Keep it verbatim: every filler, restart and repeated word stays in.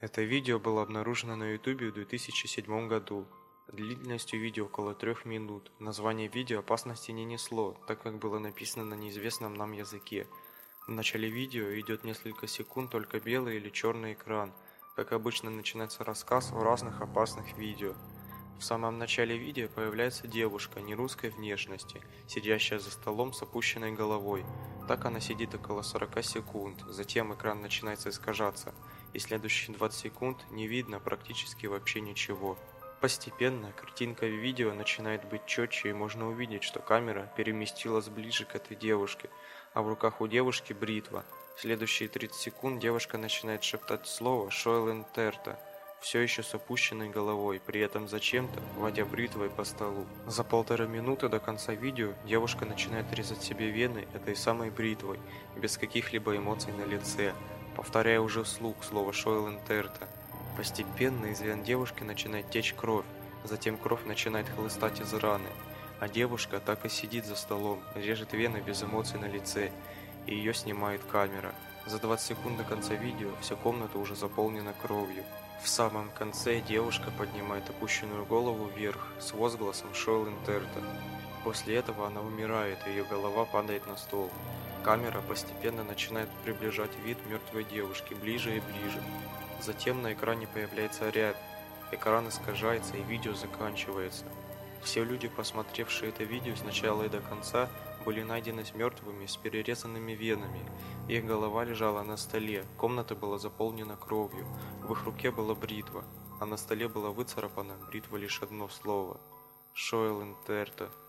Это видео было обнаружено на ютубе в две тысячи седьмом году. Длительностью видео около трех минут. Название видео опасности не несло, так как было написано на неизвестном нам языке. В начале видео идет несколько секунд только белый или черный экран. Как обычно, начинается рассказ о разных опасных видео. В самом начале видео появляется девушка нерусской внешности, сидящая за столом с опущенной головой. Так она сидит около сорока секунд, затем экран начинает искажаться, и следующие двадцать секунд не видно практически вообще ничего. Постепенно картинка в видео начинает быть четче, и можно увидеть, что камера переместилась ближе к этой девушке, а в руках у девушки бритва. В следующие тридцать секунд девушка начинает шептать слово «Шойлен-Терта», все еще с опущенной головой, при этом зачем-то водя бритвой по столу. За полторы минуты до конца видео девушка начинает резать себе вены этой самой бритвой, без каких-либо эмоций на лице, повторяя уже вслух слово «Шойлен-Терта». Постепенно из вен девушки начинает течь кровь, затем кровь начинает хлыстать из раны, а девушка так и сидит за столом, режет вены без эмоций на лице, и ее снимает камера. За двадцать секунд до конца видео вся комната уже заполнена кровью. В самом конце девушка поднимает опущенную голову вверх с возгласом «Шойлен-Терта». После этого она умирает, и ее голова падает на стол. Камера постепенно начинает приближать вид мертвой девушки ближе и ближе. Затем на экране появляется рябь, экран искажается и видео заканчивается. Все люди, посмотревшие это видео с начала и до конца, были найдены мертвыми с перерезанными венами. Их голова лежала на столе, комната была заполнена кровью, в их руке была бритва, а на столе было выцарапано бритва лишь одно слово – «Шойлен-Терта».